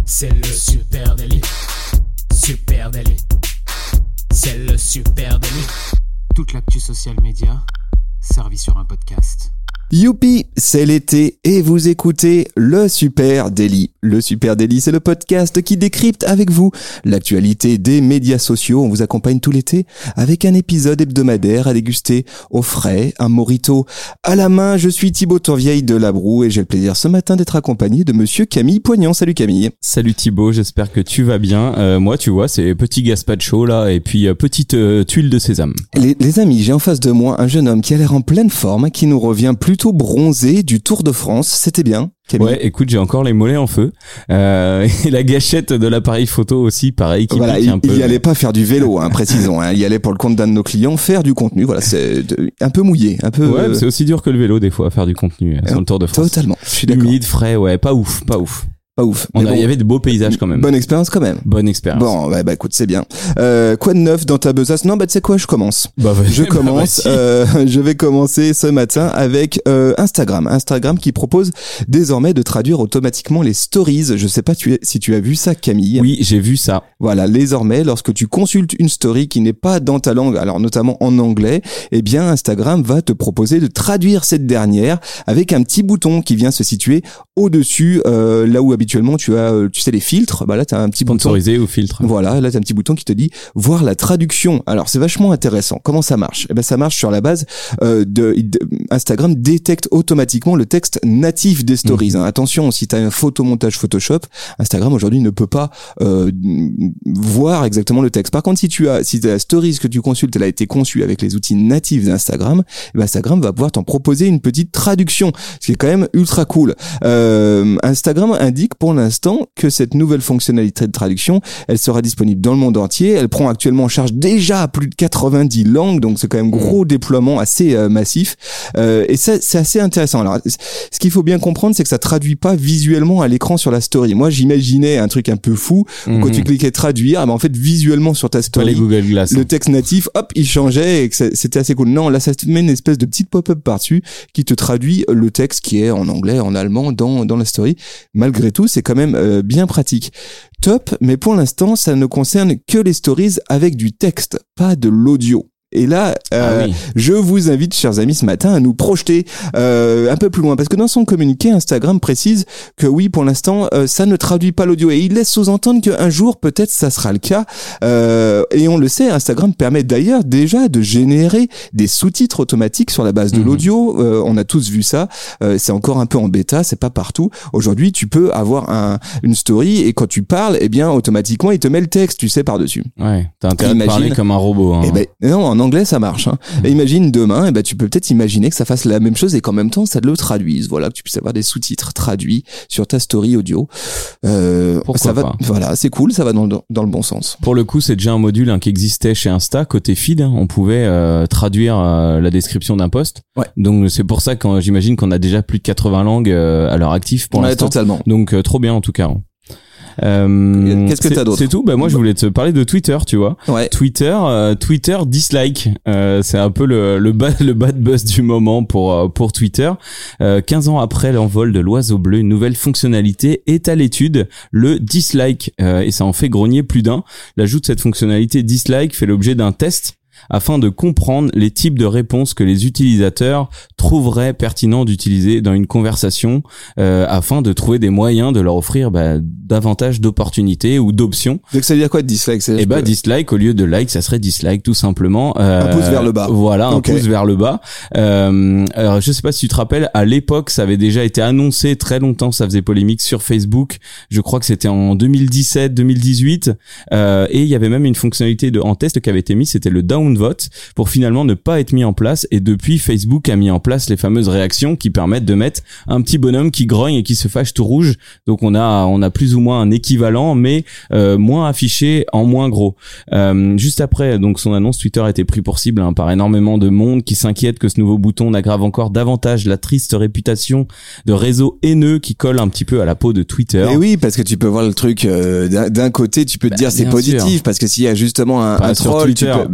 C'est le super délit. Super délit. C'est le super délit. Toute l'actu social média servie sur un podcast. Youpi, c'est l'été et vous écoutez le Super Daily. Le Super Daily, c'est le podcast qui décrypte avec vous l'actualité des médias sociaux. On vous accompagne tout l'été avec un épisode hebdomadaire à déguster au frais, un mojito à la main. Je suis Thibaut Tourvieille de Labroue et j'ai le plaisir ce matin d'être accompagné de monsieur Camille Poignant. Salut Camille. Salut Thibaut, j'espère que tu vas bien. Moi, tu vois, c'est petit gazpacho là et puis petite tuile de sésame. Les amis, j'ai en face de moi un jeune homme qui a l'air en pleine forme, qui nous revient plutôt bronzé du Tour de France. C'était bien, Camille. Ouais, écoute, j'ai encore les mollets en feu. Et la gâchette de l'appareil photo aussi, pareil, qui voilà, pique un peu. Il y allait pas faire du vélo, précisons. Il y allait pour le compte d'un de nos clients faire du contenu. Voilà, c'est un peu mouillé, un peu. Ouais, c'est aussi dur que le vélo des fois, faire du contenu sur le Tour de France. Totalement. Je suis d'accord. Humide, frais, ouais, pas ouf. Pas ouf. Il y avait de beaux paysages quand même. Bonne expérience quand même. Bonne expérience. Bon, bah écoute, c'est bien. Quoi de neuf dans ta besace? Non, tu sais quoi, je commence. Je commence. Je vais commencer ce matin avec Instagram. Instagram qui propose désormais de traduire automatiquement les stories. Je sais pas si tu as vu ça, Camille. Oui, j'ai vu ça. Voilà, désormais, lorsque tu consultes une story qui n'est pas dans ta langue, alors notamment en anglais, eh bien Instagram va te proposer de traduire cette dernière avec un petit bouton qui vient se situer au-dessus, là où habituellement tu as, tu sais, les filtres. Bah là, t'as un petit bouton. Sponsorisé ou filtre. Voilà, là t'as un petit bouton qui te dit voir la traduction. Alors c'est vachement intéressant. Comment ça marche? Eh ben ça marche sur la base Instagram détecte automatiquement le texte natif des stories. Attention, si t'as un photomontage Photoshop, Instagram aujourd'hui ne peut pas voir exactement le texte. Par contre, si la stories que tu consultes, elle a été conçue avec les outils natifs d'Instagram, eh ben Instagram va pouvoir t'en proposer une petite traduction, ce qui est quand même ultra cool. Instagram indique pour l'instant que cette nouvelle fonctionnalité de traduction, elle sera disponible dans le monde entier. Elle prend actuellement en charge déjà plus de 90 langues, donc c'est quand même gros déploiement assez massif. Et ça, c'est assez intéressant. Alors, ce qu'il faut bien comprendre, c'est que ça traduit pas visuellement à l'écran sur la story. Moi, j'imaginais un truc un peu fou où quand tu cliquais traduire, ben en fait visuellement sur ta story, Google Glass, le texte natif, hop, il changeait et que c'était assez cool. Non, là, ça te met une espèce de petite pop-up par-dessus qui te traduit le texte qui est en anglais, en allemand dans la story. Malgré tout, c'est quand même bien pratique. Top, mais pour l'instant, ça ne concerne que les stories avec du texte, pas de l'audio. Et là, je vous invite, chers amis, ce matin à nous projeter un peu plus loin, parce que dans son communiqué, Instagram précise que oui, pour l'instant, ça ne traduit pas l'audio, et il laisse sous-entendre qu'un jour, peut-être, ça sera le cas. Et on le sait, Instagram permet d'ailleurs déjà de générer des sous-titres automatiques sur la base de l'audio. On a tous vu ça. C'est encore un peu en bêta, c'est pas partout. Aujourd'hui, tu peux avoir une story, et quand tu parles, eh bien, automatiquement, il te met le texte, tu sais, par-dessus. Ouais, t'as intérêt de parler comme un robot. Eh ben, non, en anglais ça marche. Et imagine demain, tu peux peut-être imaginer que ça fasse la même chose et qu'en même temps ça le traduise. Voilà, que tu puisses avoir des sous-titres traduits sur ta story audio. Pourquoi ça va, pas. voilà, c'est cool, ça va dans le bon sens. Pour le coup, c'est déjà un module qui existait chez Insta côté feed. On pouvait traduire la description d'un post. Ouais. Donc c'est pour ça que j'imagine qu'on a déjà plus de 80 langues à l'heure active pour l'instant. Totalement. Donc trop bien en tout cas. Qu'est-ce que t'as d'autre? C'est tout. Moi, je voulais te parler de Twitter, tu vois. Ouais. Twitter dislike. C'est un peu le bad buzz du moment pour Twitter. 15 ans après l'envol de l'oiseau bleu, une nouvelle fonctionnalité est à l'étude, le dislike. Et ça en fait grogner plus d'un. L'ajout de cette fonctionnalité dislike fait l'objet d'un test afin de comprendre les types de réponses que les utilisateurs trouveraient pertinent d'utiliser dans une conversation, afin de trouver des moyens de leur offrir davantage d'opportunités ou d'options. Donc ça veut dire quoi dislike? Dislike au lieu de like, ça serait dislike tout simplement. Un pouce vers le bas. Voilà, un pouce vers le bas. Alors je sais pas si tu te rappelles, à l'époque, ça avait déjà été annoncé très longtemps, ça faisait polémique sur Facebook. Je crois que c'était en 2017-2018, et il y avait même une fonctionnalité en test qui avait été mise, c'était le downvote pour finalement ne pas être mis en place. Et depuis, Facebook a mis en place les fameuses réactions qui permettent de mettre un petit bonhomme qui grogne et qui se fâche tout rouge. Donc on a plus ou moins un équivalent, mais moins affiché en moins gros. Juste après donc son annonce, Twitter a été pris pour cible par énormément de monde qui s'inquiète que ce nouveau bouton n'aggrave encore davantage la triste réputation de réseau haineux qui colle un petit peu à la peau de Twitter. Et oui, parce que tu peux voir le truc d'un côté, tu peux te dire c'est positif, parce que s'il y a justement un troll, tu peux... Ben non,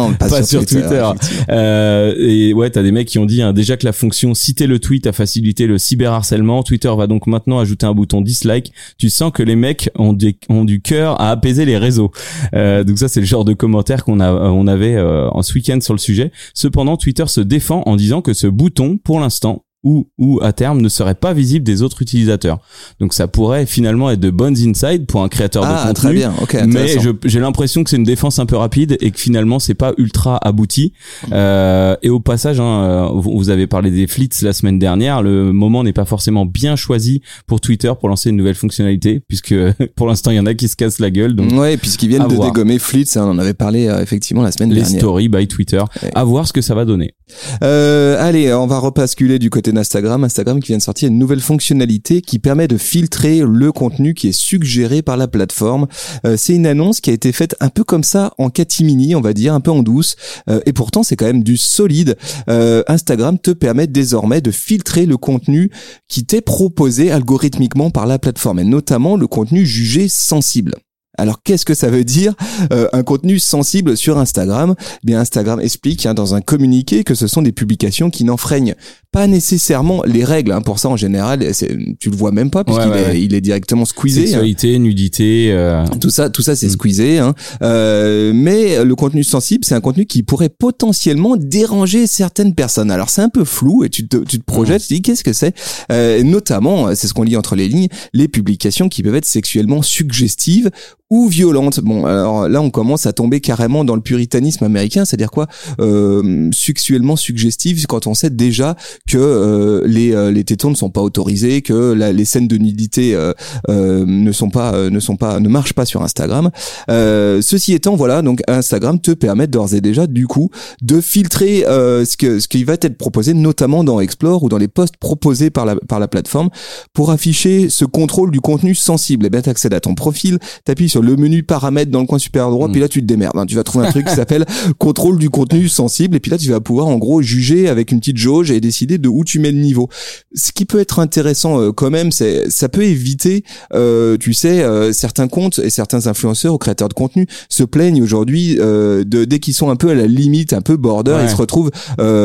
Non, pas sur Twitter. Et ouais, t'as des mecs qui ont dit déjà que la fonction citer le tweet a facilité le cyberharcèlement. Twitter va donc maintenant ajouter un bouton dislike. Tu sens que les mecs ont du cœur à apaiser les réseaux. Donc ça, c'est le genre de commentaire on avait en ce week-end sur le sujet. Cependant, Twitter se défend en disant que ce bouton, pour l'instant, ou à terme ne serait pas visible des autres utilisateurs. Donc ça pourrait finalement être de bonnes insights pour un créateur de contenu. Très bien. Okay, mais j'ai l'impression que c'est une défense un peu rapide et que finalement c'est pas ultra abouti. Et au passage, vous avez parlé des flits la semaine dernière. Le moment n'est pas forcément bien choisi pour Twitter pour lancer une nouvelle fonctionnalité, puisque pour l'instant il y en a qui se cassent la gueule. Donc ouais, puisqu'ils viennent de dégommer flits, on en avait parlé effectivement la semaine dernière. Les stories by Twitter. Ouais. À voir ce que ça va donner. Allez, on va repasculer du côté d'Instagram. Instagram qui vient de sortir une nouvelle fonctionnalité qui permet de filtrer le contenu qui est suggéré par la plateforme. C'est une annonce qui a été faite un peu comme ça, en catimini, on va dire, un peu en douce. Et pourtant, c'est quand même du solide. Instagram te permet désormais de filtrer le contenu qui t'est proposé algorithmiquement par la plateforme, et notamment le contenu jugé sensible. Alors, qu'est-ce que ça veut dire un contenu sensible sur Instagram ? Eh bien, Instagram explique dans un communiqué que ce sont des publications qui n'enfreignent pas nécessairement les règles. Pour ça, en général, tu le vois même pas puisqu'il est directement squeezé. Sexualité, nudité. Tout ça, c'est squeezé. Mais le contenu sensible, c'est un contenu qui pourrait potentiellement déranger certaines personnes. Alors, c'est un peu flou et tu te projettes, tu te dis qu'est-ce que c'est ? Notamment, c'est ce qu'on lit entre les lignes, les publications qui peuvent être sexuellement suggestives ou violente. Bon, alors là, on commence à tomber carrément dans le puritanisme américain, c'est-à-dire quoi ? Sexuellement suggestive, quand on sait déjà que les tétons ne sont pas autorisés, que les scènes de nudité ne marchent pas sur Instagram. Ceci étant, voilà, donc Instagram te permet d'ores et déjà, du coup, de filtrer ce qui va être proposé, notamment dans Explore ou dans les posts proposés par la plateforme, pour afficher ce contrôle du contenu sensible. Et bien, t'accèdes à ton profil, t'appuies sur le menu paramètres dans le coin supérieur droit, puis là tu te démerdes. Tu vas trouver un truc qui s'appelle contrôle du contenu sensible, et puis là tu vas pouvoir en gros juger avec une petite jauge et décider de où tu mets le niveau. Ce qui peut être intéressant quand même, ça peut éviter, certains comptes et certains influenceurs ou créateurs de contenu se plaignent aujourd'hui dès qu'ils sont un peu à la limite, un peu border, ils se retrouvent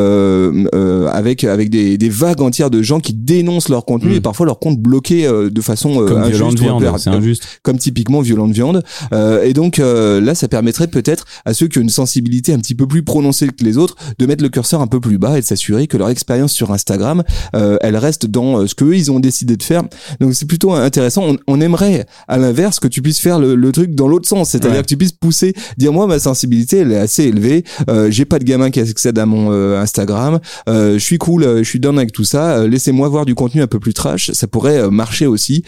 avec des vagues entières de gens qui dénoncent leur contenu et parfois leur compte bloqué de façon comme injuste, violente viande, c'est injuste. Comme typiquement violente viande. Et donc là, ça permettrait peut-être à ceux qui ont une sensibilité un petit peu plus prononcée que les autres de mettre le curseur un peu plus bas et de s'assurer que leur expérience sur Instagram, elle reste dans ce qu'eux ils ont décidé de faire. Donc c'est plutôt intéressant. On aimerait à l'inverse que tu puisses faire le truc dans l'autre sens, c'est-à-dire que tu puisses pousser, dire moi ma sensibilité elle est assez élevée, j'ai pas de gamin qui accède à mon Instagram, je suis cool, je suis down avec tout ça, laissez-moi voir du contenu un peu plus trash, ça pourrait marcher aussi.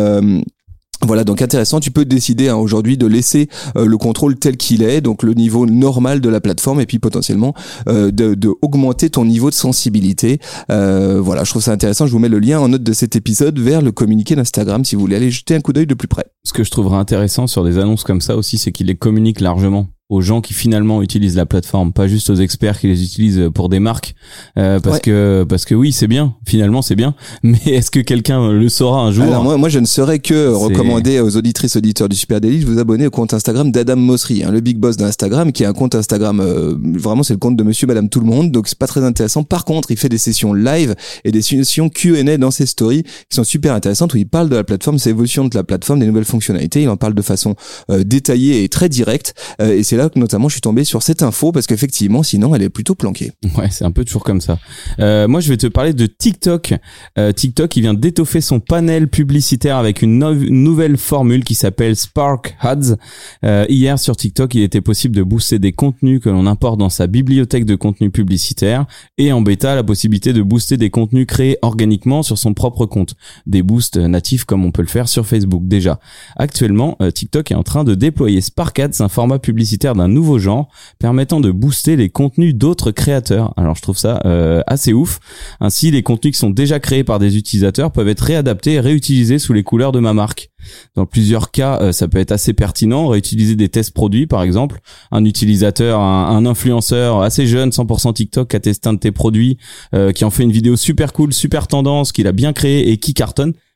Voilà, donc intéressant, tu peux décider aujourd'hui de laisser le contrôle tel qu'il est, donc le niveau normal de la plateforme, et puis potentiellement de augmenter ton niveau de sensibilité. Voilà, je trouve ça intéressant, je vous mets le lien en note de cet épisode vers le communiqué d'Instagram si vous voulez aller jeter un coup d'œil de plus près. Ce que je trouverais intéressant sur des annonces comme ça aussi, c'est qu'ils les communiquent largement aux gens qui finalement utilisent la plateforme, pas juste aux experts qui les utilisent pour des marques, parce que oui, c'est bien, finalement c'est bien, mais est-ce que quelqu'un le saura un jour? Alors moi je ne saurais que recommander aux auditrices auditeurs du Super Daily de vous abonner au compte Instagram d'Adam Mosseri, le big boss d'Instagram, qui est un compte Instagram vraiment c'est le compte de monsieur madame tout le monde, donc c'est pas très intéressant. Par contre, il fait des sessions live et des sessions Q&A dans ses stories qui sont super intéressantes, où il parle de la plateforme, ses évolutions de la plateforme, des nouvelles fonctionnalités, il en parle de façon détaillée et très directe, et c'est là que notamment je suis tombé sur cette info parce qu'effectivement sinon elle est plutôt planquée. Ouais, c'est un peu toujours comme ça. Moi je vais te parler de TikTok. TikTok, il vient d'étoffer son panel publicitaire avec une nouvelle formule qui s'appelle Spark Ads. Hier sur TikTok, il était possible de booster des contenus que l'on importe dans sa bibliothèque de contenus publicitaires, et en bêta la possibilité de booster des contenus créés organiquement sur son propre compte. Des boosts natifs comme on peut le faire sur Facebook déjà. Actuellement, TikTok est en train de déployer Spark Ads, un format publicitaire d'un nouveau genre permettant de booster les contenus d'autres créateurs. Alors je trouve ça assez ouf. Ainsi, les contenus qui sont déjà créés par des utilisateurs peuvent être réadaptés et réutilisés sous les couleurs de ma marque. Dans plusieurs cas, ça peut être assez pertinent. Réutiliser des tests produits, par exemple. Un utilisateur, un influenceur assez jeune, 100% TikTok, qui a testé un de tes produits, qui en fait une vidéo super cool, super tendance, qu'il a bien créé et qui cartonne.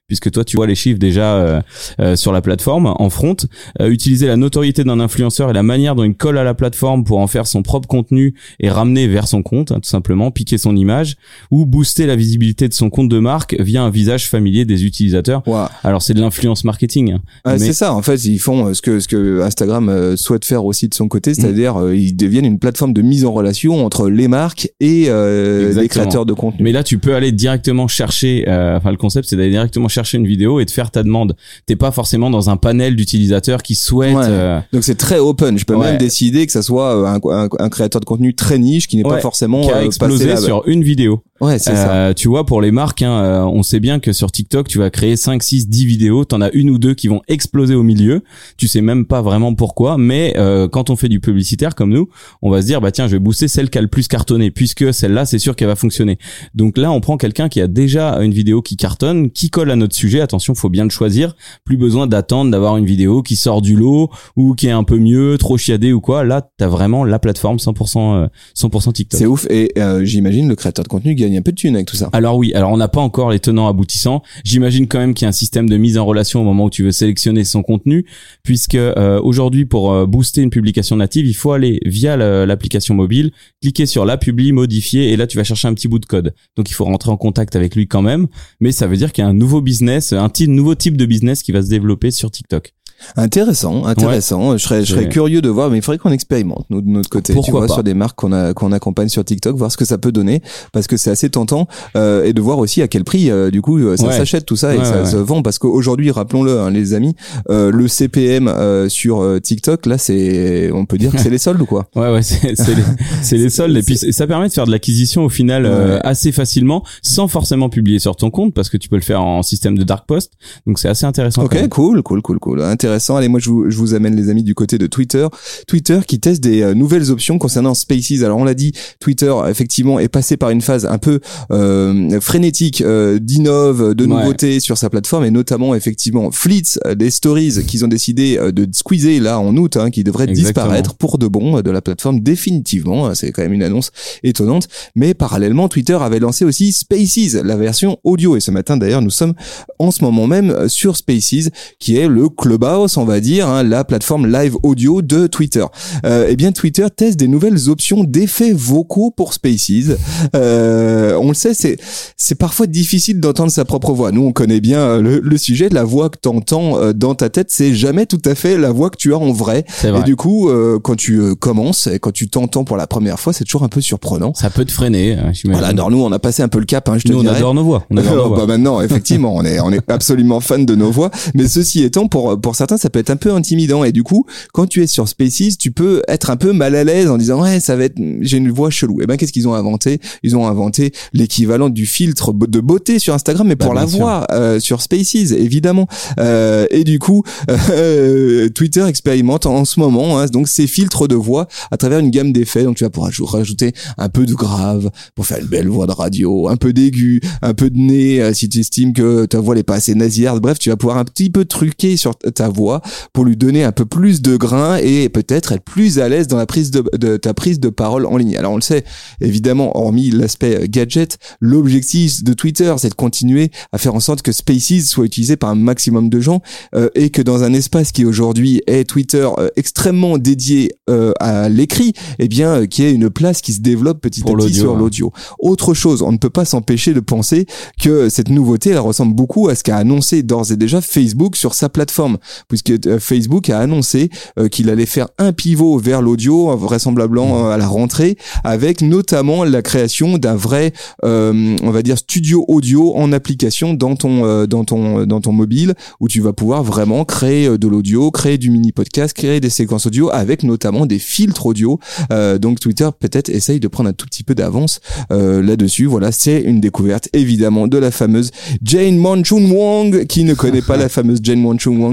puisque toi tu vois les chiffres déjà sur la plateforme en front. Utiliser la notoriété d'un influenceur et la manière dont il colle à la plateforme pour en faire son propre contenu et ramener vers son compte, tout simplement, piquer son image, ou booster la visibilité de son compte de marque via un visage familier des utilisateurs. Wow. Alors c'est de l'influence marketing. Mais... C'est ça, en fait, ils font ce que Instagram souhaite faire aussi de son côté, c'est-à-dire ils deviennent une plateforme de mise en relation entre les marques et les créateurs de contenu. Mais là, tu peux aller directement chercher, le concept, c'est d'aller directement chercher une vidéo et de faire ta demande. T'es pas forcément dans un panel d'utilisateurs qui souhaitent... Donc c'est très open. Je peux même décider que ça soit un créateur de contenu très niche qui n'est pas forcément qui a explosé sur une vidéo. Ouais, c'est ça. Tu vois, pour les marques, on sait bien que sur TikTok, tu vas créer 5, 6, 10 vidéos, t'en as une ou deux qui vont exploser au milieu. Tu sais même pas vraiment pourquoi, mais quand on fait du publicitaire comme nous, on va se dire, bah tiens, je vais booster celle qui a le plus cartonné, puisque celle-là, c'est sûr qu'elle va fonctionner. Donc là, on prend quelqu'un qui a déjà une vidéo qui cartonne, qui colle à notre sujet. Attention, faut bien le choisir. Plus besoin d'attendre d'avoir une vidéo qui sort du lot ou qui est un peu mieux, trop chiadée ou quoi. Là, t'as vraiment la plateforme 100% TikTok. C'est ouf. Et j'imagine le créateur de contenu gagne un peu de thunes avec tout ça. Alors oui, on n'a pas encore les tenants aboutissants. J'imagine quand même qu'il y a un système de mise en relation au moment où tu veux sélectionner son contenu, puisque aujourd'hui, pour booster une publication native, il faut aller via l'application mobile, cliquer sur la publi, modifier, et là tu vas chercher un petit bout de code. Donc il faut rentrer en contact avec lui quand même, mais ça veut dire qu'il y a un nouveau business, nouveau type de business qui va se développer sur TikTok. Intéressant. Ouais. Je serais curieux de voir, mais il faudrait qu'on expérimente nous de notre côté. Pourquoi tu vois, pas. sur des marques qu'on accompagne sur TikTok, voir ce que ça peut donner, parce que c'est assez tentant, et de voir aussi à quel prix du coup ça s'achète tout ça et ça se vend, parce qu'aujourd'hui, rappelons-le, les amis, le CPM sur TikTok, là, on peut dire que c'est les soldes ou quoi. Ouais, c'est les soldes, et puis ça permet de faire de l'acquisition au final assez facilement, sans forcément publier sur ton compte, parce que tu peux le faire en système de dark post. Donc c'est assez intéressant. Ok, cool. Intéressant. Allez, moi je vous amène les amis du côté de Twitter qui teste des nouvelles options concernant Spaces. Alors on l'a dit, Twitter effectivement est passé par une phase un peu frénétique d'innove, de nouveautés sur sa plateforme, et notamment effectivement Fleets, des stories qu'ils ont décidé de squeezer là en août, qui devraient disparaître pour de bon de la plateforme définitivement. C'est quand même une annonce étonnante. Mais parallèlement, Twitter avait lancé aussi Spaces, la version audio, et ce matin d'ailleurs nous sommes en ce moment même sur Spaces, qui est le Clubhouse, on va dire, la plateforme live audio de Twitter. Eh bien, Twitter teste des nouvelles options d'effets vocaux pour Spaces. On le sait, c'est parfois difficile d'entendre sa propre voix. Nous, on connaît bien le sujet de la voix que t'entends dans ta tête. C'est jamais tout à fait la voix que tu as en vrai. Et du coup, quand tu commences et quand tu t'entends pour la première fois, c'est toujours un peu surprenant. Ça peut te freiner. Voilà, alors nous, on a passé un peu le cap. Je te dirais. On adore nos voix. Bah maintenant, effectivement, on est absolument fan de nos voix. Mais ceci étant, pour certains, ça peut être un peu intimidant, et du coup, quand tu es sur Spaces, tu peux être un peu mal à l'aise en disant j'ai une voix chelou. Et ben qu'est-ce qu'ils ont inventé? Ils ont inventé l'équivalent du filtre de beauté sur Instagram, mais pour la voix sur Spaces, évidemment. Et du coup, Twitter expérimente en ce moment donc ces filtres de voix à travers une gamme d'effets. Donc tu vas pouvoir rajouter un peu de grave pour faire une belle voix de radio, un peu d'aigu, un peu de nez si tu estimes que ta voix n'est pas assez nasillarde. Bref, tu vas pouvoir un petit peu truquer sur ta voix pour lui donner un peu plus de grain et peut-être être plus à l'aise dans la prise de ta prise de parole en ligne. Alors on le sait, évidemment, hormis l'aspect gadget, l'objectif de Twitter, c'est de continuer à faire en sorte que Spaces soit utilisé par un maximum de gens, et que dans un espace qui aujourd'hui est Twitter extrêmement dédié à l'écrit, eh bien qu'il y ait une place qui se développe petit à petit sur l'audio. Autre chose, on ne peut pas s'empêcher de penser que cette nouveauté, elle ressemble beaucoup à ce qu'a annoncé d'ores et déjà Facebook sur sa plateforme, puisque Facebook a annoncé qu'il allait faire un pivot vers l'audio, vraisemblablement à la rentrée, avec notamment la création d'un vrai, on va dire, studio audio en application dans ton mobile, où tu vas pouvoir vraiment créer de l'audio, créer du mini podcast, créer des séquences audio avec notamment des filtres audio. Donc Twitter peut-être essaye de prendre un tout petit peu d'avance là-dessus. Voilà, c'est une découverte évidemment de la fameuse Jane Monchun Wong. Qui ne connaît pas la fameuse Jane Monchun Wong, qui est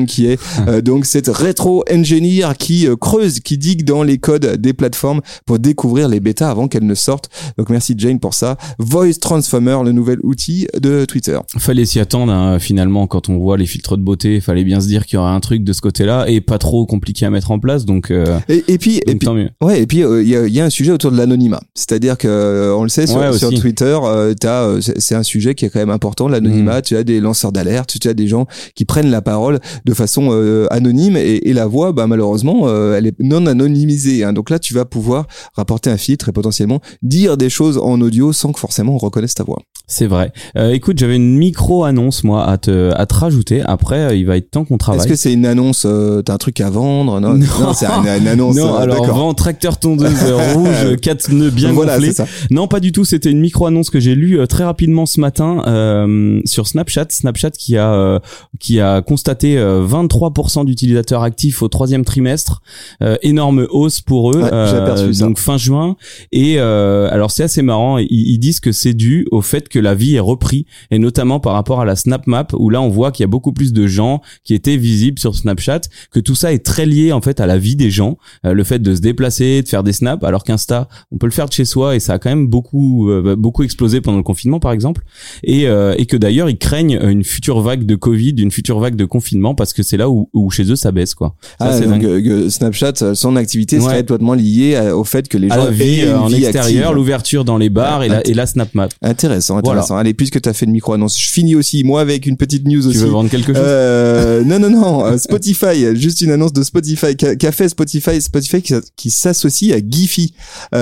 Donc cette rétro-engineer qui creuse, qui digue dans les codes des plateformes pour découvrir les bêtas avant qu'elles ne sortent. Donc merci Jane pour ça. Voice Transformer, le nouvel outil de Twitter. Fallait s'y attendre, hein, finalement, quand on voit les filtres de beauté, fallait bien se dire qu'il y aurait un truc de ce côté-là et pas trop compliqué à mettre en place, donc et puis tant mieux. Ouais, et puis il y a un sujet autour de l'anonymat. C'est-à-dire que on le sait sur Twitter, c'est un sujet qui est quand même important, l'anonymat. Tu as des lanceurs d'alerte, tu as des gens qui prennent la parole de façon anonyme et la voix, malheureusement, elle est non anonymisée, hein. Donc là, tu vas pouvoir rapporter un filtre et potentiellement dire des choses en audio sans que forcément on reconnaisse ta voix. C'est vrai. Écoute, j'avais une micro-annonce, moi, à te rajouter. Après, il va être temps qu'on travaille. Est-ce que c'est une annonce, t'as un truc à vendre? Non, c'est une annonce. Non, alors, vend tracteur tondeuse rouge, 4 nœuds bien gonflés. C'est ça. Non, pas du tout. C'était une micro-annonce que j'ai lue très rapidement ce matin, sur Snapchat. Snapchat qui a constaté 23% d'utilisateurs actifs au 3e trimestre. Énorme hausse pour eux. Ouais, j'ai aperçu ça. Donc fin juin. Et, alors c'est assez marrant. Ils disent que c'est dû au fait que la vie est repris, et notamment par rapport à la Snap Map, où là on voit qu'il y a beaucoup plus de gens qui étaient visibles sur Snapchat, que tout ça est très lié en fait à la vie des gens, le fait de se déplacer, de faire des snaps, alors qu'Insta on peut le faire de chez soi, et ça a quand même beaucoup explosé pendant le confinement par exemple, et que d'ailleurs ils craignent une future vague de Covid, une future vague de confinement, parce que c'est là où chez eux ça baisse quoi. Ça, c'est donc Snapchat, son activité serait totalement liée au fait que les gens à la vie en vie extérieur, active. L'ouverture dans les bars et la Snap Map. Intéressant. Voilà. Allez, puisque tu as fait une micro-annonce, je finis aussi, moi, avec une petite news aussi. Tu veux vendre quelque chose? Non. Spotify, juste une annonce de Spotify, qu'a fait Spotify qui s'associe à Giphy.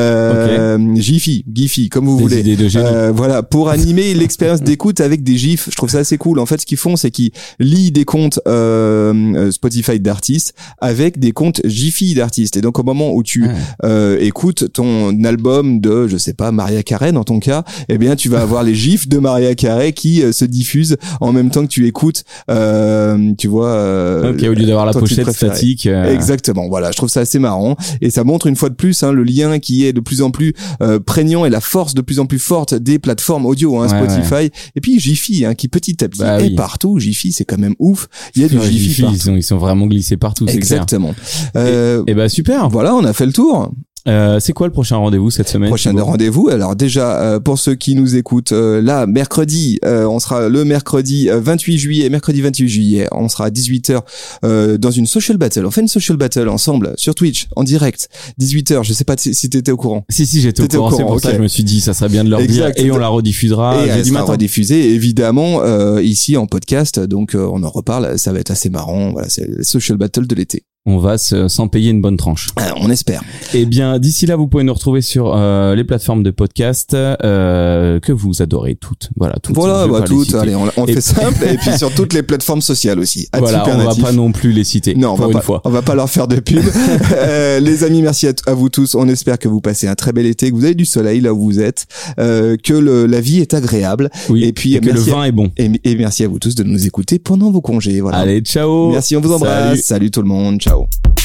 Giphy, comme vous voulez. Idées de génie. Voilà, pour animer l'expérience d'écoute avec des gifs. Je trouve ça assez cool. En fait, ce qu'ils font, c'est qu'ils lient des comptes Spotify d'artistes avec des comptes Giphy d'artistes. Et donc, au moment où tu écoutes ton album de, je sais pas, Mariah Carey, dans ton cas, eh bien, tu vas avoir les gifs de Mariah Carey qui se diffusent en même temps que tu écoutes, tu vois. Ok, au lieu d'avoir la pochette statique. Exactement. Voilà, je trouve ça assez marrant, et ça montre une fois de plus le lien qui est de plus en plus prégnant et la force de plus en plus forte des plateformes audio, Spotify. Et puis Giphy, qui petit à petit est partout. Giphy, c'est quand même ouf. Il y a du Giphy partout. Ils sont vraiment glissés partout. Exactement. Et super. Voilà, on a fait le tour. C'est quoi le prochain rendez-vous cette semaine? Prochain rendez-vous. Alors déjà, pour ceux qui nous écoutent, là, mercredi, on sera le mercredi 28 juillet, on sera à 18h dans une social battle. On fait une social battle ensemble sur Twitch, en direct, 18h. Je sais pas si t'étais au courant. Si, j'étais au courant. C'est pour ça que je me suis dit, ça serait bien de leur dire, et on la rediffusera jeudi matin. Rediffusée évidemment ici en podcast. Donc on en reparle. Ça va être assez marrant. Voilà, c'est le social battle de l'été. On va s'en payer une bonne tranche. On espère. Eh bien, d'ici là, vous pouvez nous retrouver sur les plateformes de podcast que vous adorez toutes. Voilà, toutes. Allez, on fait simple. Et puis sur toutes les plateformes sociales aussi. Voilà, on va pas non plus les citer. Non, on va pas leur faire de pub. Les amis, merci à vous tous. On espère que vous passez un très bel été, que vous avez du soleil là où vous êtes, que la vie est agréable. Oui, et puis que le vin est bon. Et merci à vous tous de nous écouter pendant vos congés. Voilà. Allez, ciao. Merci, on vous embrasse. Salut tout le monde. Ciao.